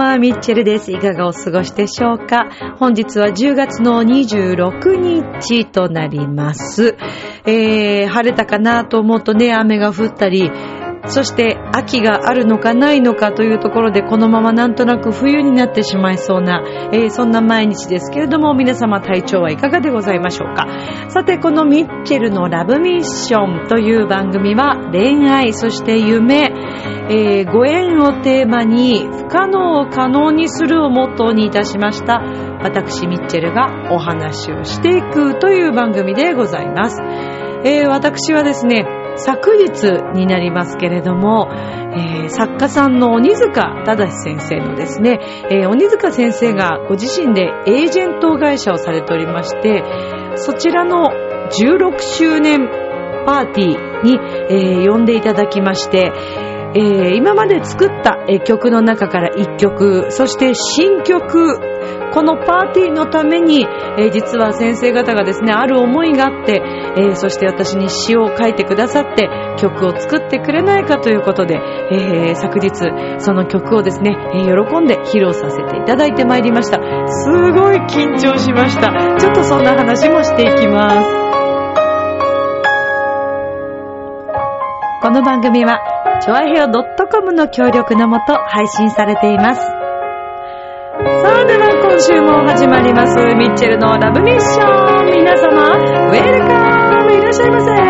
は、ミッチェルです。いかがお過ごしでしょうか。本日は10月の26日となります。晴れたかなと思うとね、雨が降ったり、そして秋があるのかないのかというところで、このままなんとなく冬になってしまいそうな、そんな毎日ですけれども、皆様体調はいかがでございましょうか。さて、このミッチェルのラブミッションという番組は、恋愛、そして夢、ご縁をテーマに不可能を可能にするをモットーにいたしました、私ミッチェルがお話をしていくという番組でございます。私はですね、昨日になりますけれども、作家さんの鬼塚正先生のですね、鬼塚先生がご自身でエージェント会社をされておりまして、そちらの16周年パーティーに、呼んでいただきまして、今まで作った曲の中から1曲、そして新曲、このパーティーのために、実は先生方がですね、ある思いがあって、そして私に詩を書いてくださって曲を作ってくれないかということで、昨日その曲をですね、喜んで披露させていただいてまいりました。すごい緊張しました。ちょっとそんな話もしていきます。この番組はチョアヘオ .com の協力のもと配信されています。さあ、では今週も始まりますミッチェルのラブミッション。皆様ウェルカム、いらっしゃいませ。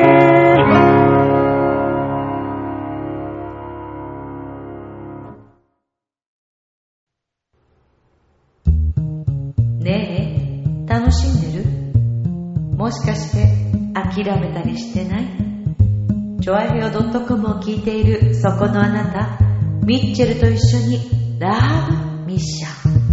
ねえ、楽しんでる？もしかして諦めたりしてない？チョアヘオ .com を聞いているそこのあなた、ミッチェルと一緒にラブミッション。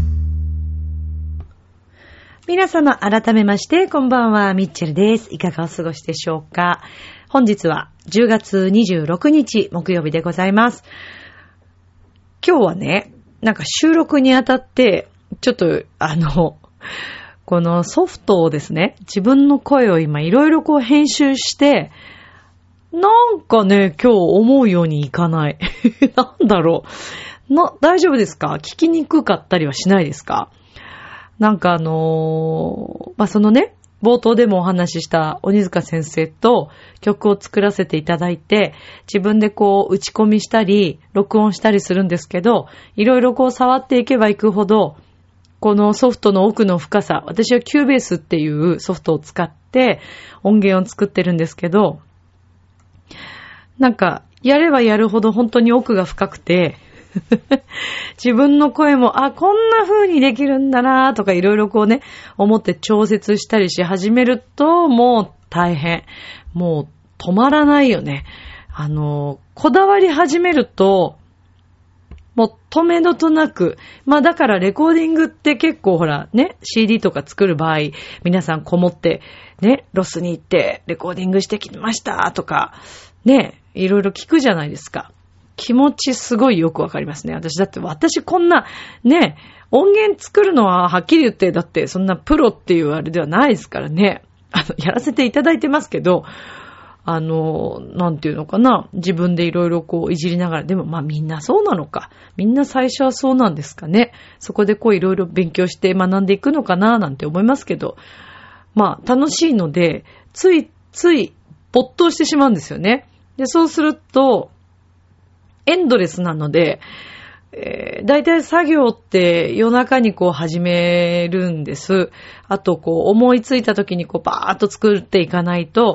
皆様改めましてこんばんは、ミッチェルです。いかがお過ごしでしょうか。本日は10月26日木曜日でございます。今日はね、なんか収録にあたってちょっとこのソフトをですね、自分の声を今いろいろこう編集して、なんかね、今日思うようにいかない。なんだろう。大丈夫ですか？聞きにくかったりはしないですか？なんかそのね、冒頭でもお話しした鬼塚先生と曲を作らせていただいて、自分でこう打ち込みしたり、録音したりするんですけど、いろいろこう触っていけばいくほど、このソフトの奥の深さ、私はキューベースっていうソフトを使って音源を作ってるんですけど、なんか、やればやるほど本当に奥が深くて、自分の声も、こんな風にできるんだなとかいろいろこうね、思って調節したりし始めると、もう大変。もう止まらないよね。こだわり始めると、もう止めどとなく、だからレコーディングって結構ほらね、CD とか作る場合、皆さんこもってね、ロスに行ってレコーディングしてきましたとか、ね、いろいろ聞くじゃないですか。気持ちすごいよくわかりますね。私こんなね、音源作るのははっきり言って、だってそんなプロっていうあれではないですからね。やらせていただいてますけど、なんていうのかな、自分でいろいろこういじりながら、でもみんなそうなのか。みんな最初はそうなんですかね。そこでこういろいろ勉強して学んでいくのかななんて思いますけど、楽しいので、つい没頭してしまうんですよね。で、そうすると、エンドレスなので、だいたい作業って夜中にこう始めるんです。あとこう思いついた時にこうバーッと作っていかないと、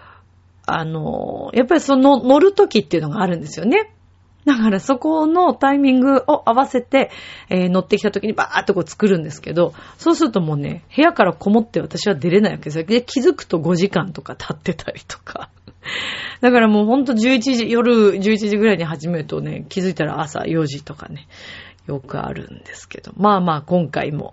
やっぱりその乗る時っていうのがあるんですよね。だからそこのタイミングを合わせて、乗ってきた時にバーッとこう作るんですけど、そうするともうね、部屋からこもって私は出れないわけですよ。で、気づくと5時間とか経ってたりとか。だからもうほんと夜11時ぐらいに始めるとね、気づいたら朝4時とかね、よくあるんですけど。今回も、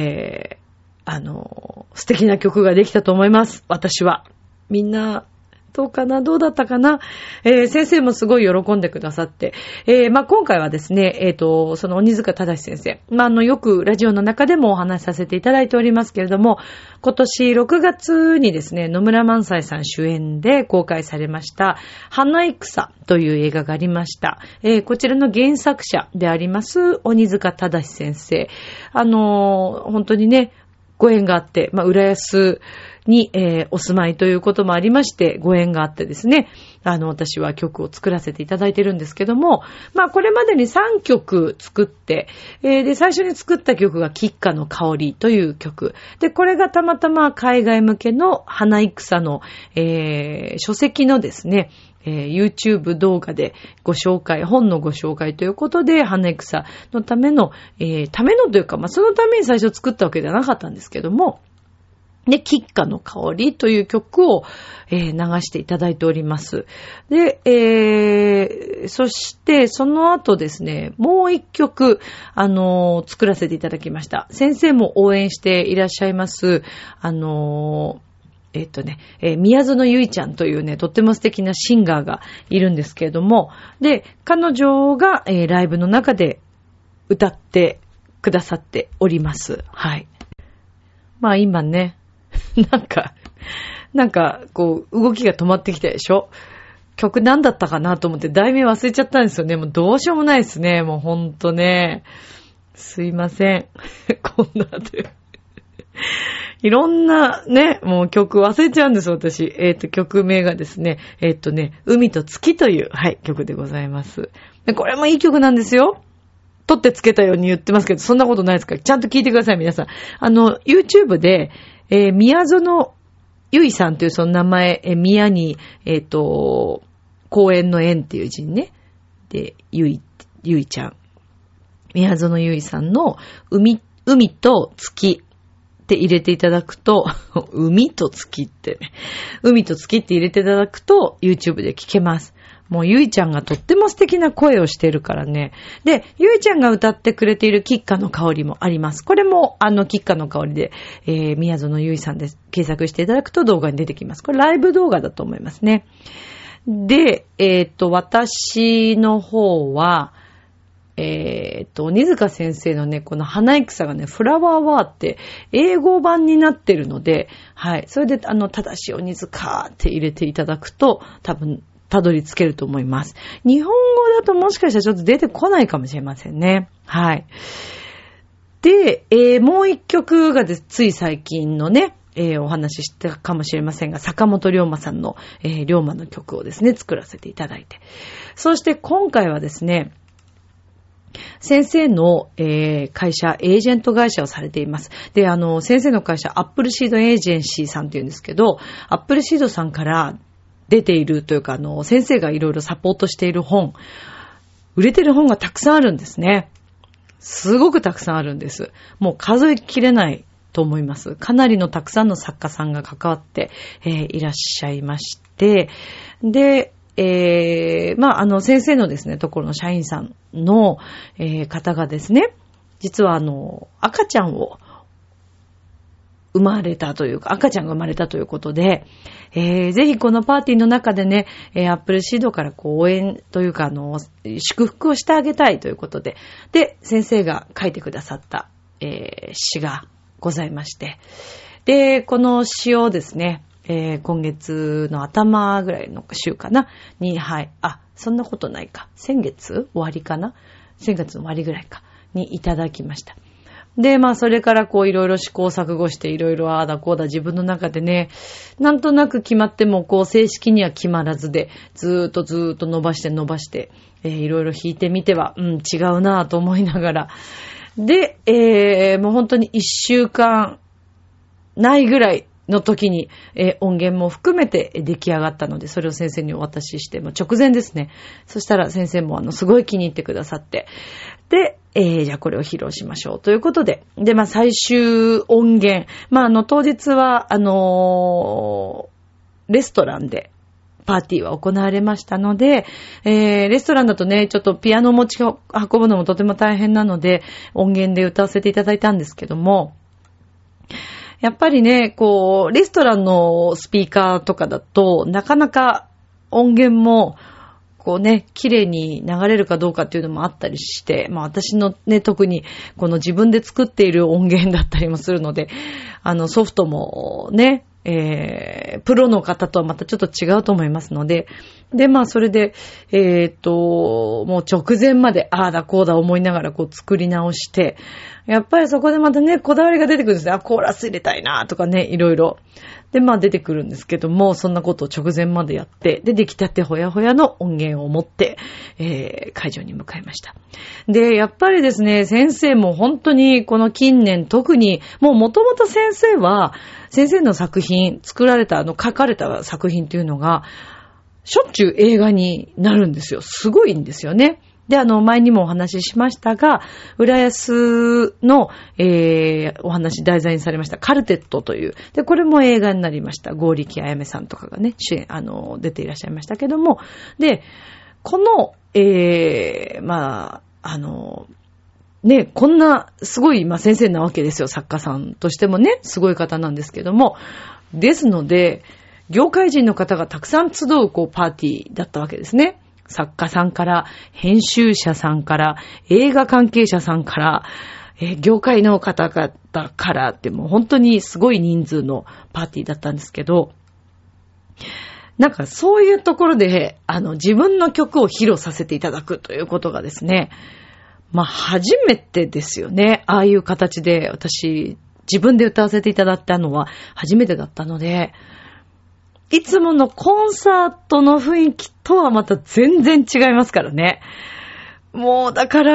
素敵な曲ができたと思います。私は。みんな、 どうだったかな、先生もすごい喜んでくださって、今回はですね、その鬼塚正先生、よくラジオの中でもお話しさせていただいておりますけれども、今年6月にですね、野村萬斎さん主演で公開されました花戦という映画がありました。こちらの原作者であります鬼塚正先生、本当にね、ご縁があって、浦安に、お住まいということもありまして、ご縁があってですね、私は曲を作らせていただいてるんですけども、これまでに3曲作って、で、最初に作った曲が菊花の香りという曲。で、これがたまたま海外向けの花戦の、書籍のですね、YouTube 動画でご紹介、本のご紹介ということで、花戦のためのというか、そのために最初作ったわけではなかったんですけども、で、菊花の香りという曲を、流していただいております。で、そしてその後ですね、もう一曲、作らせていただきました。先生も応援していらっしゃいます、宮園ゆいちゃんというね、とっても素敵なシンガーがいるんですけれども、で、彼女が、ライブの中で歌ってくださっております。はい。今ね、なんか、こう、動きが止まってきたでしょ？曲何だったかなと思って題名忘れちゃったんですよね。もうどうしようもないですね。もうほんとね。すいません。こんなで。いろんなね、もう曲忘れちゃうんです、私。曲名がですね、海と月という、はい、曲でございます。でこれもいい曲なんですよ。取ってつけたように言ってますけど、そんなことないですから、ちゃんと聞いてください、皆さん。YouTube で、宮園ゆいさんというその名前、宮に、公園の園っていう字にね、で、ゆいちゃん。宮園ゆいさんの海と月って入れていただくと、海と月ってね、海と月って入れていただくと YouTube で聞けます。もうゆいちゃんがとっても素敵な声をしているからね。で、ゆいちゃんが歌ってくれている菊花の香りもあります。これも菊花の香りで、宮園ゆいさんで検索していただくと動画に出てきます。これライブ動画だと思いますね。で、私の方は、鬼塚先生のね、この花戦がね、フラワーワーって英語版になってるので、はい。それで、正しい鬼塚って入れていただくと、多分、たどり着けると思います。日本語だともしかしたらちょっと出てこないかもしれませんね。はい。で、もう一曲がつい最近のね、お話ししたかもしれませんが、坂本龍馬さんの、龍馬の曲をですね、作らせていただいて。そして今回はですね、先生の、会社、エージェント会社をされています。で、先生の会社、アップルシードエージェンシーさんっていうんですけど、アップルシードさんから出ているというか、先生がいろいろサポートしている本、売れてる本がたくさんあるんですね。すごくたくさんあるんです。もう数えきれないと思います。かなりのたくさんの作家さんが関わって、いらっしゃいまして、で、先生のですね、ところの社員さんの、方がですね、実は赤ちゃんを生まれたというか、赤ちゃんが生まれたということで、ぜひこのパーティーの中でね、アップルシードから応援というか、祝福をしてあげたいということで、で、先生が書いてくださった、詩がございまして、で、この詩をですね、今月の頭ぐらいの週かなに、はい。そんなことないか。先月終わりかな？先月の終わりぐらいか。にいただきました。で、それからいろいろ試行錯誤していろいろああだこうだ自分の中でね、なんとなく決まっても正式には決まらずで、ずーっと伸ばして、いろいろ弾いてみては、違うなぁと思いながら。で、もう本当に1週間ないぐらい、の時に、音源も含めて出来上がったので、それを先生にお渡しして、直前ですね。そしたら先生もすごい気に入ってくださって。で、じゃあこれを披露しましょうということで。で、最終音源。当日は、レストランで、パーティーは行われましたので、レストランだとね、ちょっとピアノを持ち運ぶのもとても大変なので、音源で歌わせていただいたんですけども、 やっぱりね、こう、レストランのスピーカーとかだと、なかなか音源も、こうね、綺麗に流れるかどうかっていうのもあったりして、まあ私のね、特にこの自分で作っている音源だったりもするので、ソフトもね、プロの方とはまたちょっと違うと思いますので、で、まあそれで、もう直前まで、ああだこうだ思いながらこう作り直して、やっぱりそこでまたね、こだわりが出てくるんですね。コーラス入れたいなとかね、いろいろ。で、まあ出てくるんですけども、そんなことを直前までやって、で、出来たてほやほやの音源を持って、会場に向かいました。で、やっぱりですね、先生も本当にこの近年特に、もう元々先生は、先生の作品、作られた書かれた作品っていうのが、しょっちゅう映画になるんですよ。すごいんですよね。で、前にもお話ししましたが、浦安の、お話題材にされました、カルテットという。で、これも映画になりました。剛力あやめさんとかがね、出ていらっしゃいましたけども。で、この、まあ、ね、こんなすごい、まあ、先生なわけですよ。作家さんとしてもね、すごい方なんですけども。ですので、業界人の方がたくさん集う、こう、パーティーだったわけですね。作家さんから、編集者さんから、映画関係者さんから、業界の方々からってもう本当にすごい人数のパーティーだったんですけど、なんかそういうところで、自分の曲を披露させていただくということがですね、まあ初めてですよね。ああいう形で私、自分で歌わせていただいたのは初めてだったので、いつものコンサートの雰囲気とはまた全然違いますからね。もうだから、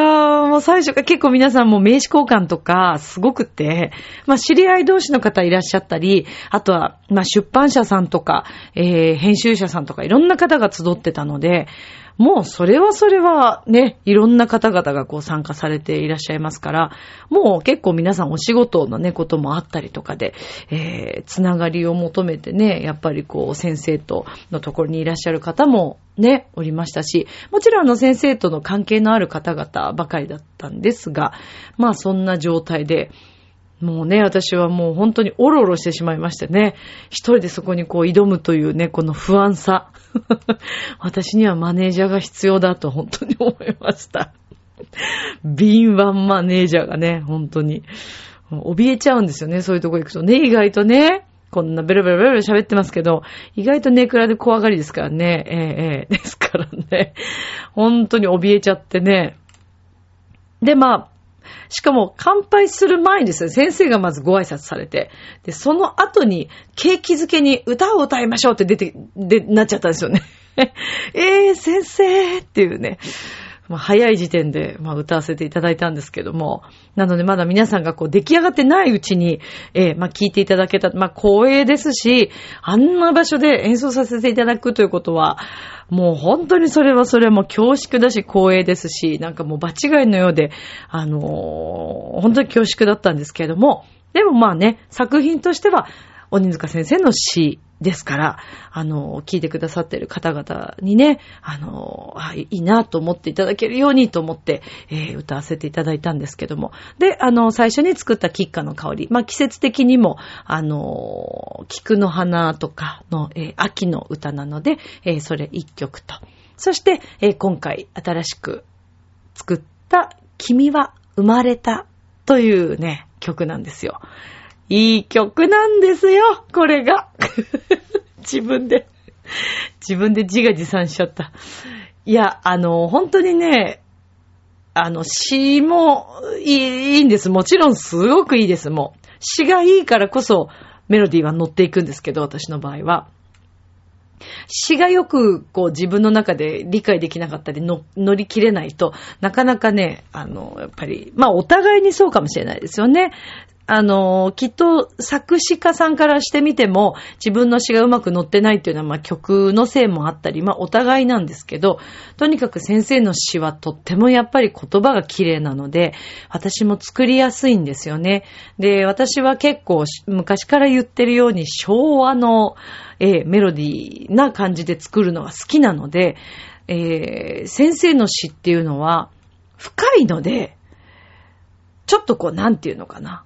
もう最初から結構皆さんも名刺交換とかすごくて、まあ知り合い同士の方いらっしゃったり、あとはまあ出版社さんとか、編集者さんとかいろんな方が集ってたので、もうそれはね、いろんな方々がこう参加されていらっしゃいますから、もう結構皆さんお仕事のね、こともあったりとかで、つながりを求めてね、やっぱりこう先生とのところにいらっしゃる方もね、おりましたし、もちろん先生との関係のある方々ばかりだったんですが、まあそんな状態で、もうね、私はもう本当にオロオロしてしまいましてね。一人でそこにこう挑むというね、この不安さ。私にはマネージャーが必要だと本当に思いました。敏腕マネージャーがね、本当に。怯えちゃうんですよね、そういうとこ行くとね、意外とね。こんなベロベロベロ喋ってますけど、意外とネクラで怖がりですからね。ですからね。本当に怯えちゃってね。で、まあ、しかも乾杯する前にですね、先生がまずご挨拶されて、で、その後に景気づけに歌を歌いましょうってなっちゃったんですよね。先生っていうね。まあ、早い時点で、まあ、歌わせていただいたんですけども、なのでまだ皆さんがこう出来上がってないうちに、まあ、聞いていただけた、まあ、光栄ですし、あんな場所で演奏させていただくということは、もう本当にそれはもう恐縮だし光栄ですし、なんかもう場違いのようで、本当に恐縮だったんですけれども、でもまあね、作品としては、鬼塚先生の詩ですから、聞いてくださっている方々にね、いいなと思っていただけるようにと思って、歌わせていただいたんですけども。で、最初に作った菊花の香り。まあ、季節的にも、菊の花とかの、秋の歌なので、それ一曲と。そして、今回新しく作った君は生まれたというね、曲なんですよ。いい曲なんですよ、これが。自分で自画自賛しちゃった。いや、本当にね、詩もいいんです。もちろんすごくいいです。もう。詩がいいからこそメロディーは乗っていくんですけど、私の場合は。詩がよくこう自分の中で理解できなかったり乗り切れないと、なかなかね、やっぱり、まあお互いにそうかもしれないですよね。きっと作詞家さんからしてみても自分の詩がうまく乗ってないっていうのはまあ曲のせいもあったり、まあお互いなんですけど、とにかく先生の詩はとってもやっぱり言葉が綺麗なので、私も作りやすいんですよね。で、私は結構昔から言ってるように昭和の、メロディーな感じで作るのが好きなので、先生の詩っていうのは深いので、ちょっとこうなんていうのかな。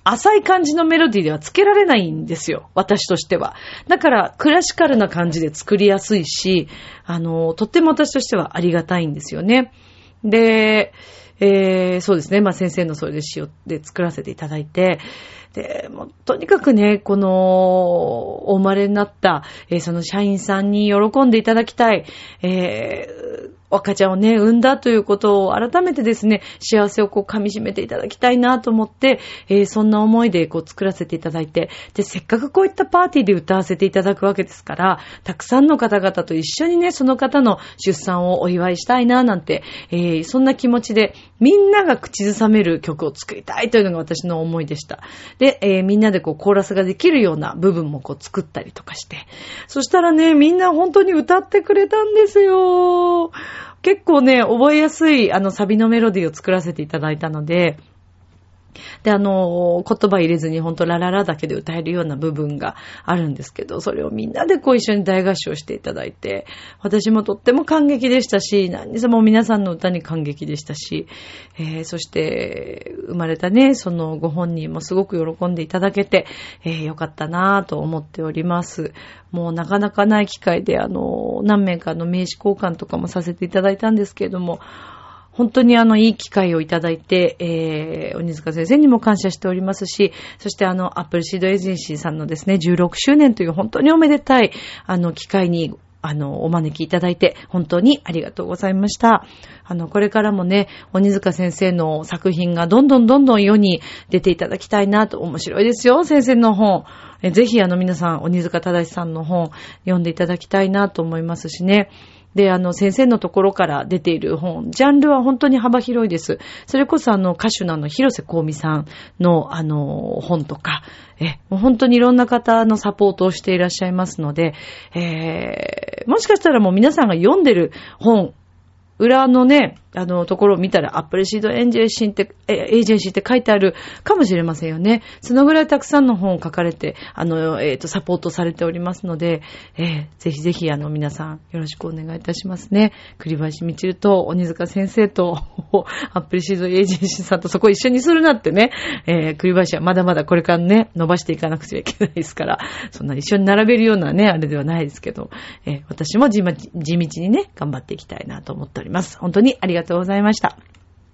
浅い感じのメロディーではつけられないんですよ。私としては。だから、クラシカルな感じで作りやすいし、とっても私としてはありがたいんですよね。で、そうですね。まあ、先生のそれで塩で作らせていただいて、で、もうとにかくね、この、お生まれになった、その社員さんに喜んでいただきたい、赤ちゃんをね、産んだということを改めてですね、幸せをこう噛み締めていただきたいなと思って、そんな思いでこう作らせていただいて、で、せっかくこういったパーティーで歌わせていただくわけですから、たくさんの方々と一緒にね、その方の出産をお祝いしたいななんて、そんな気持ちで、みんなが口ずさめる曲を作りたいというのが私の思いでした。で、みんなでこうコーラスができるような部分もこう作ったりとかして、そしたらね、みんな本当に歌ってくれたんですよ。結構ね、覚えやすいサビのメロディーを作らせていただいたので、で、言葉入れずにほんとラララだけで歌えるような部分があるんですけど、それをみんなでこう一緒に大合唱していただいて、私もとっても感激でしたし、何せもう皆さんの歌に感激でしたし、そして生まれたね、そのご本人もすごく喜んでいただけて、よかったなぁと思っております。もうなかなかない機会で何名かの名刺交換とかもさせていただいたんですけれども、本当にいい機会をいただいて、鬼塚先生にも感謝しておりますし、そしてアップルシードエージェンシーさんのですね、16周年という本当におめでたい、機会に、お招きいただいて、本当にありがとうございました。これからもね、鬼塚先生の作品がどんどん世に出ていただきたいなと、面白いですよ、先生の本。ぜひ皆さん、鬼塚正さんの本、読んでいただきたいなと思いますしね。で、先生のところから出ている本、ジャンルは本当に幅広いです。それこそ歌手の広瀬香美さんの本とか、もう本当にいろんな方のサポートをしていらっしゃいますので、もしかしたらもう皆さんが読んでる本、裏のね、ところを見たら、アップルシードエージェンシーって書いてあるかもしれませんよね。そのぐらいたくさんの本を書かれて、サポートされておりますので、ぜひぜひ皆さんよろしくお願いいたしますね。栗林みちると鬼塚先生と、アップルシードエージェンシーさんとそこ一緒にするなってね、栗林はまだまだこれからね、伸ばしていかなくちゃいけないですから、そんな一緒に並べるようなね、あれではないですけど、私も地道にね、頑張っていきたいなと思っております。本当にありがとうございました。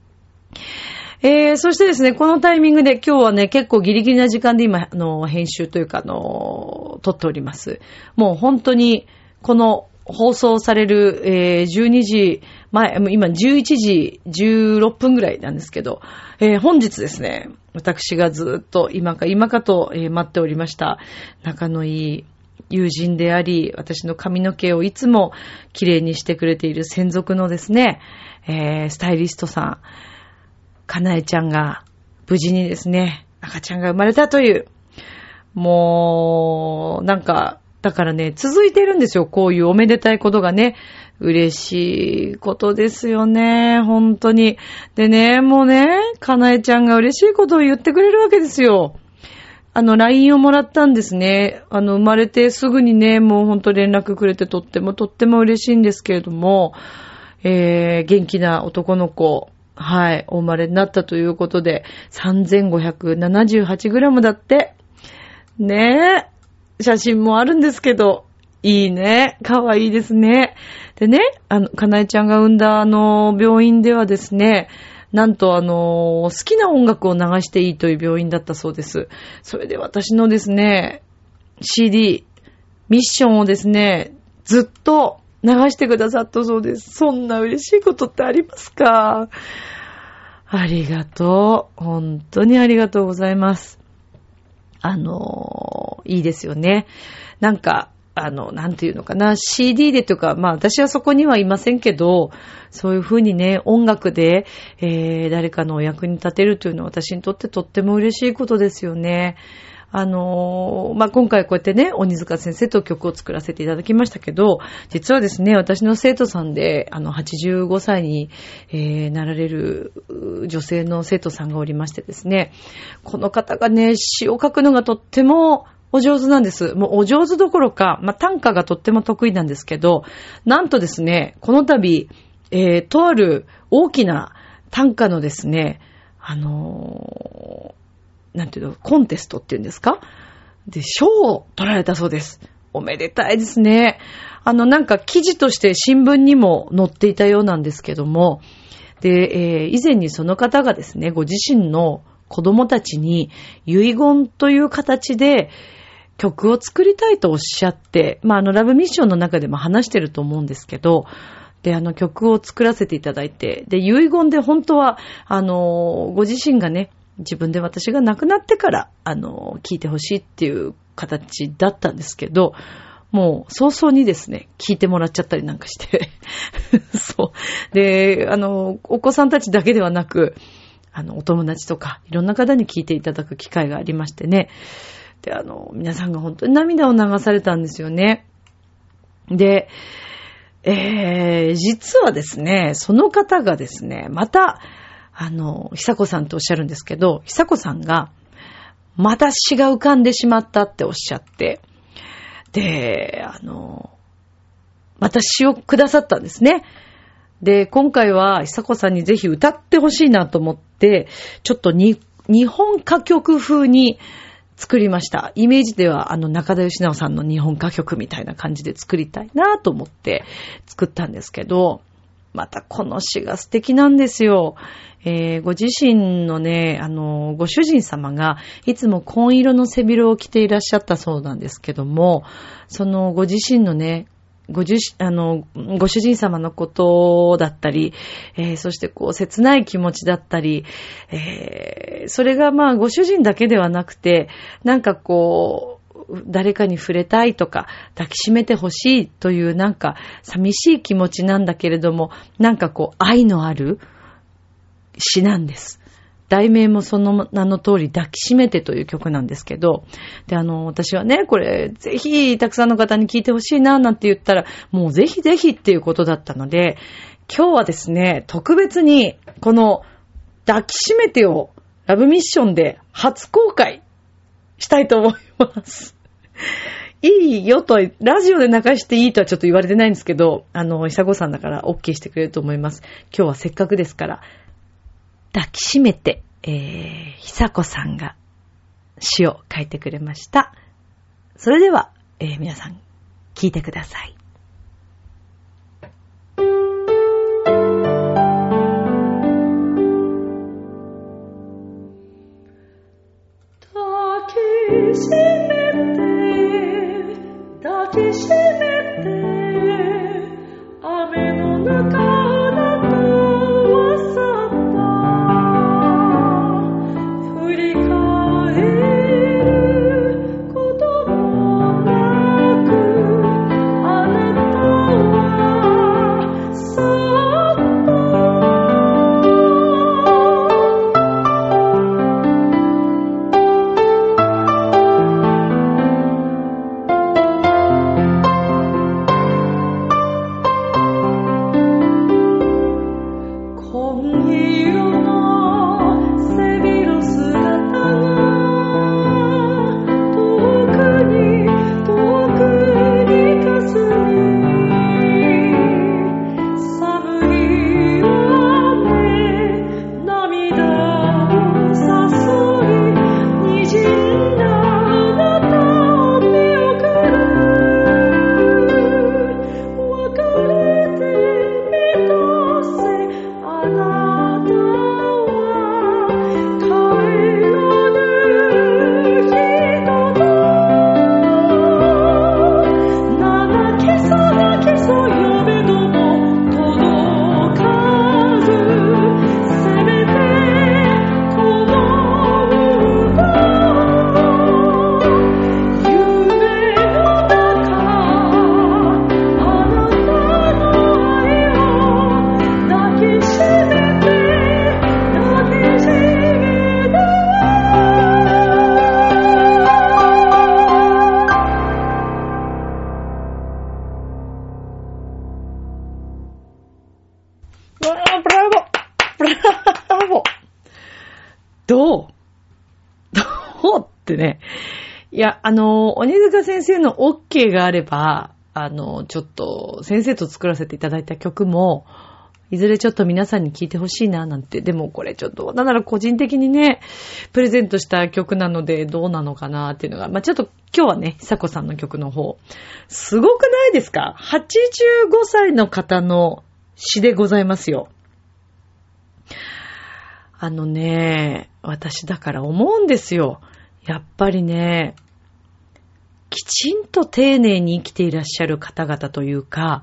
そしてですね、このタイミングで今日はね、結構ギリギリな時間で今、編集というか、撮っております。もう本当に、この放送される、12時前、今11時16分ぐらいなんですけど、本日ですね、私がずっと今かと、待っておりました。仲のいい友人であり、私の髪の毛をいつも綺麗にしてくれている専属のですね、スタイリストさん、かなえちゃんが無事にですね、赤ちゃんが生まれたという、もう、だからね、続いてるんですよ、こういうおめでたいことがね。嬉しいことですよね、本当に。でね、もうね、かなえちゃんが嬉しいことを言ってくれるわけですよ。LINE をもらったんですね。生まれてすぐにね、もうほんと連絡くれてとっても嬉しいんですけれども、元気な男の子、はい、お生まれになったということで、3578g だって。ねえ、写真もあるんですけど、いいね、かわいいですね。でね、かなえちゃんが産んだ病院ではですね、なんと好きな音楽を流していいという病院だったそうです。それで私のですね、CD、ミッションをですね、ずっと流してくださったそうです。そんな嬉しいことってありますか？ありがとう。本当にありがとうございます。いいですよね。なんていうのかな、CD でとか、私はそこにはいませんけど、そういうふうにね、音楽で、誰かのお役に立てるというのは私にとってとっても嬉しいことですよね。今回こうやってね、鬼塚先生と曲を作らせていただきましたけど、実はですね、私の生徒さんで、85歳に、なられる女性の生徒さんがおりましてですね、この方がね、詩を書くのがとってもお上手なんです。もうお上手どころか、短歌がとっても得意なんですけど、なんとですね、この度、とある大きな短歌のですね、 なんていうの、コンテストっていうんですか？で、賞を取られたそうです。おめでたいですね。なんか記事として新聞にも載っていたようなんですけども、で、以前にその方がですね、ご自身の子供たちに遺言という形で曲を作りたいとおっしゃって、ラブミッションの中でも話してると思うんですけど、で、曲を作らせていただいて、で、遺言で本当は、ご自身がね、自分で私が亡くなってから、聞いてほしいっていう形だったんですけど、もう早々にですね、聞いてもらっちゃったりなんかして。そう。で、お子さんたちだけではなく、お友達とか、いろんな方に聞いていただく機会がありましてね。で、皆さんが本当に涙を流されたんですよね。で、実はですね、その方がですね、また、久子さんとおっしゃるんですけど、久子さんが、また詩が浮かんでしまったっておっしゃって、で、また詩をくださったんですね。で、今回は久子さんにぜひ歌ってほしいなと思って、ちょっと日本歌曲風に作りました。イメージでは中田義直さんの日本歌曲みたいな感じで作りたいなと思って作ったんですけど、またこの詩が素敵なんですよ。ご自身のね、ご主人様がいつも紺色の背広を着ていらっしゃったそうなんですけども、そのご自身のね、ご主人様のことだったり、そしてこう切ない気持ちだったり、それがご主人だけではなくて、なんかこう誰かに触れたいとか抱きしめてほしいというなんか寂しい気持ちなんだけれども、なんかこう愛のある詩なんです。題名もその名の通り抱きしめてという曲なんですけど、で、私はね、これぜひたくさんの方に聴いてほしいななんて言ったら、もうぜひぜひっていうことだったので、今日はですね、特別にこの抱きしめてをラブミッションで初公開したいと思います。いいよと、ラジオで流していいとはちょっと言われてないんですけど、久子さんだから OK してくれると思います。今日はせっかくですから、抱きしめて、久子さんが詩を書いてくれました。それでは、皆さん聞いてください。抱きしめて、抱きしめて、雨の中どうってね。いや、鬼塚先生の OK があれば、ちょっと先生と作らせていただいた曲もいずれちょっと皆さんに聴いてほしいななんて。でもこれちょっと、なんなら個人的にね、プレゼントした曲なのでどうなのかなっていうのが、ちょっと今日はね、久子さんの曲の方。すごくないですか？ 85 歳の方の詩でございますよ。私だから思うんですよ。やっぱりね、きちんと丁寧に生きていらっしゃる方々というか、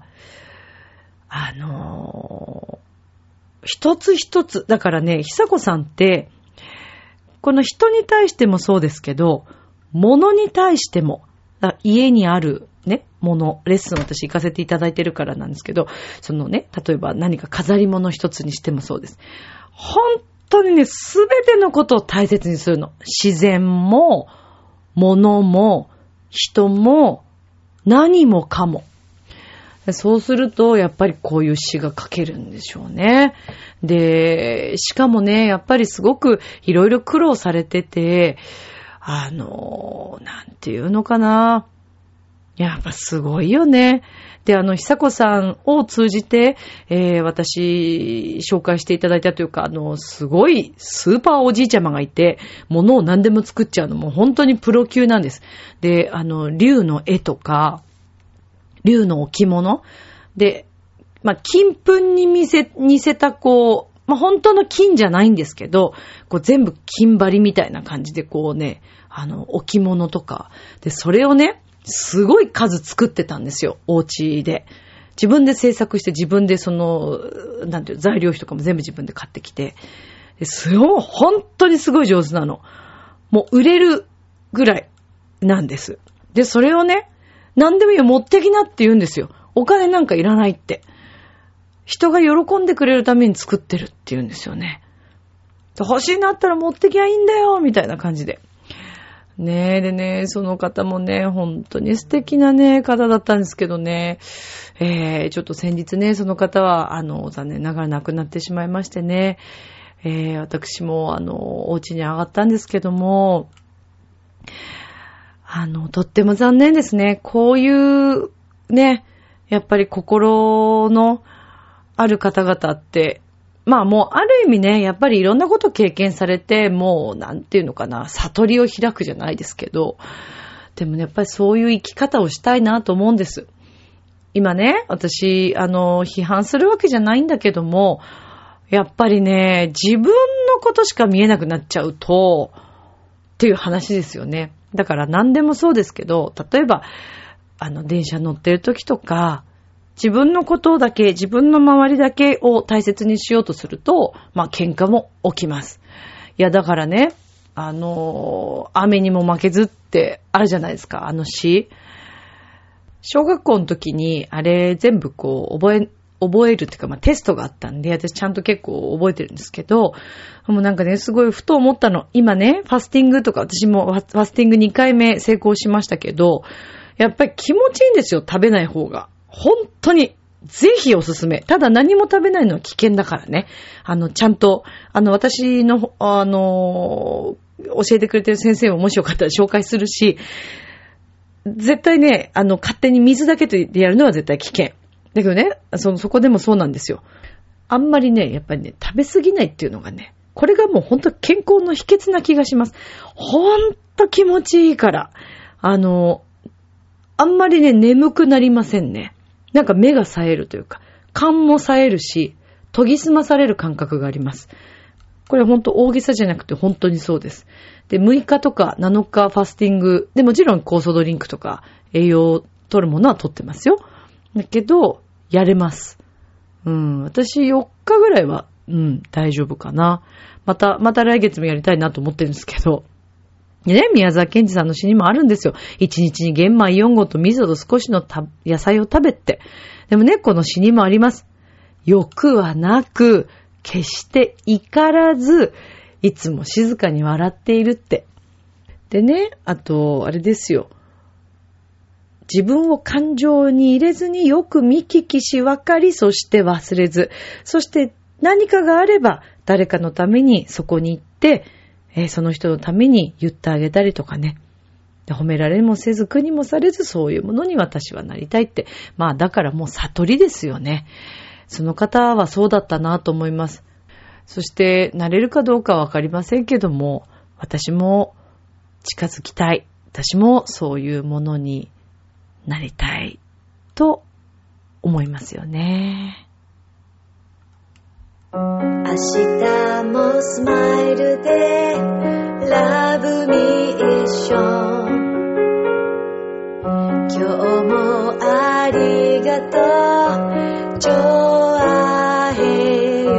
一つ一つ、だからね、久子さんって、この人に対してもそうですけど、物に対しても、家にあるね、もの、レッスン私行かせていただいてるからなんですけど、そのね、例えば何か飾り物一つにしてもそうです。本当にね、すべてのことを大切にするの。自然も、物も、人も、何もかも。そうすると、やっぱりこういう詩が書けるんでしょうね。で、しかもね、やっぱりすごくいろいろ苦労されてて、なんていうのかな。やっぱすごいよね。で、久子さんを通じて、私、紹介していただいたというか、すごいスーパーおじいちゃまがいて、物を何でも作っちゃうのも本当にプロ級なんです。で、竜の絵とか、竜の置物で、金粉に似せたこう、本当の金じゃないんですけど、こう全部金張りみたいな感じでこうね、置物とか。で、それをね、すごい数作ってたんですよ、お家で。自分で制作して自分でなんていう材料費とかも全部自分で買ってきて。本当にすごい上手なの。もう売れるぐらいなんです。で、それをね、何でもいいよ、持ってきなって言うんですよ。お金なんかいらないって。人が喜んでくれるために作ってるって言うんですよね。欲しいなったら持ってきゃいいんだよみたいな感じで。ねえ、でね、その方もね、本当に素敵なね、方だったんですけどね、ちょっと先日ね、その方は、残念ながら亡くなってしまいましてね、私も、お家に上がったんですけども、とっても残念ですね。こういう、ね、やっぱり心のある方々って、もうある意味ね、やっぱりいろんなこと経験されて、もうなんていうのかな、悟りを開くじゃないですけど、でもね、やっぱりそういう生き方をしたいなと思うんです。今ね、私、批判するわけじゃないんだけども、やっぱりね、自分のことしか見えなくなっちゃうと、っていう話ですよね。だから何でもそうですけど、例えば、電車乗ってる時とか、自分のことだけ、自分の周りだけを大切にしようとすると、喧嘩も起きます。いや、だからね、雨にも負けずってあるじゃないですか、詩。小学校の時に、あれ全部こう、覚えるっていうか、テストがあったんで、私ちゃんと結構覚えてるんですけど、もうなんかね、すごいふと思ったの。今ね、ファスティングとか、私もファスティング2回目成功しましたけど、やっぱり気持ちいいんですよ、食べない方が。本当に、ぜひおすすめ。ただ何も食べないのは危険だからね。ちゃんと、私の、教えてくれてる先生ももしよかったら紹介するし、絶対ね、勝手に水だけでやるのは絶対危険。だけどね、そこでもそうなんですよ。あんまりね、やっぱりね、食べ過ぎないっていうのがね、これがもう本当健康の秘訣な気がします。本当気持ちいいから。あんまりね、眠くなりませんね。なんか目が冴えるというか、勘も冴えるし、研ぎ澄まされる感覚があります。これ本当大げさじゃなくて本当にそうです。で、6日とか7日ファスティング、でもちろん酵素ドリンクとか栄養を取るものは取ってますよ。だけど、やれます。私4日ぐらいは、大丈夫かな。また来月もやりたいなと思ってるんですけど。でね、宮沢賢治さんの詩にもあるんですよ。1日に玄米4合と味噌と少しの野菜を食べて。でもね、この詩にもあります。欲はなく、決して怒らず、いつも静かに笑っているって。でね、あと、あれですよ。自分を感情に入れずによく見聞きし分かり、そして忘れず。そして何かがあれば、誰かのためにそこに行って、その人のために言ってあげたりとかね。で褒められもせず苦にもされずそういうものに私はなりたいって。だからもう悟りですよね。 その方はそうだったなと思います。そしてなれるかどうかわかりませんけども、私も近づきたい。私もそういうものになりたいと思いますよね。 明日もスマイルで Love Me 一緒、今日もありがとうジョアヘヨ。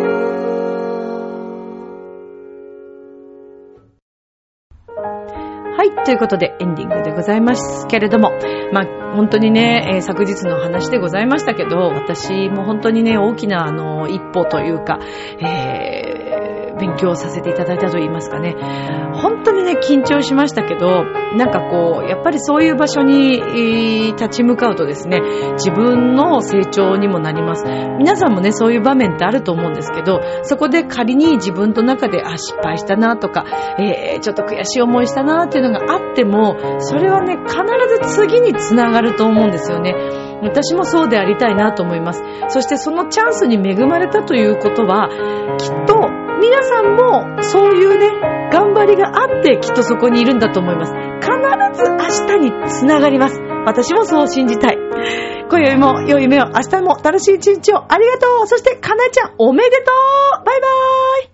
はい、ということでエンディングでございますけれども、本当にね、昨日の話でございましたけど、私も本当にね、大きな一歩というか、勉強させていただいたと言いますかね。本当にね、緊張しましたけど、なんかこう、やっぱりそういう場所に立ち向かうとですね、自分の成長にもなります。皆さんもね、そういう場面ってあると思うんですけど、そこで仮に自分の中で、失敗したなとか、ちょっと悔しい思いしたなっていうのがあっても、それはね、必ず次につながると思うんですよね。私もそうでありたいなと思います。そしてそのチャンスに恵まれたということは、きっと皆さんもそういうね、頑張りがあってきっとそこにいるんだと思います。必ず明日につながります。私もそう信じたい。今宵も良い夢を、明日も楽しい一日を。ありがとう。そしてかなえちゃんおめでとう。バイバーイ。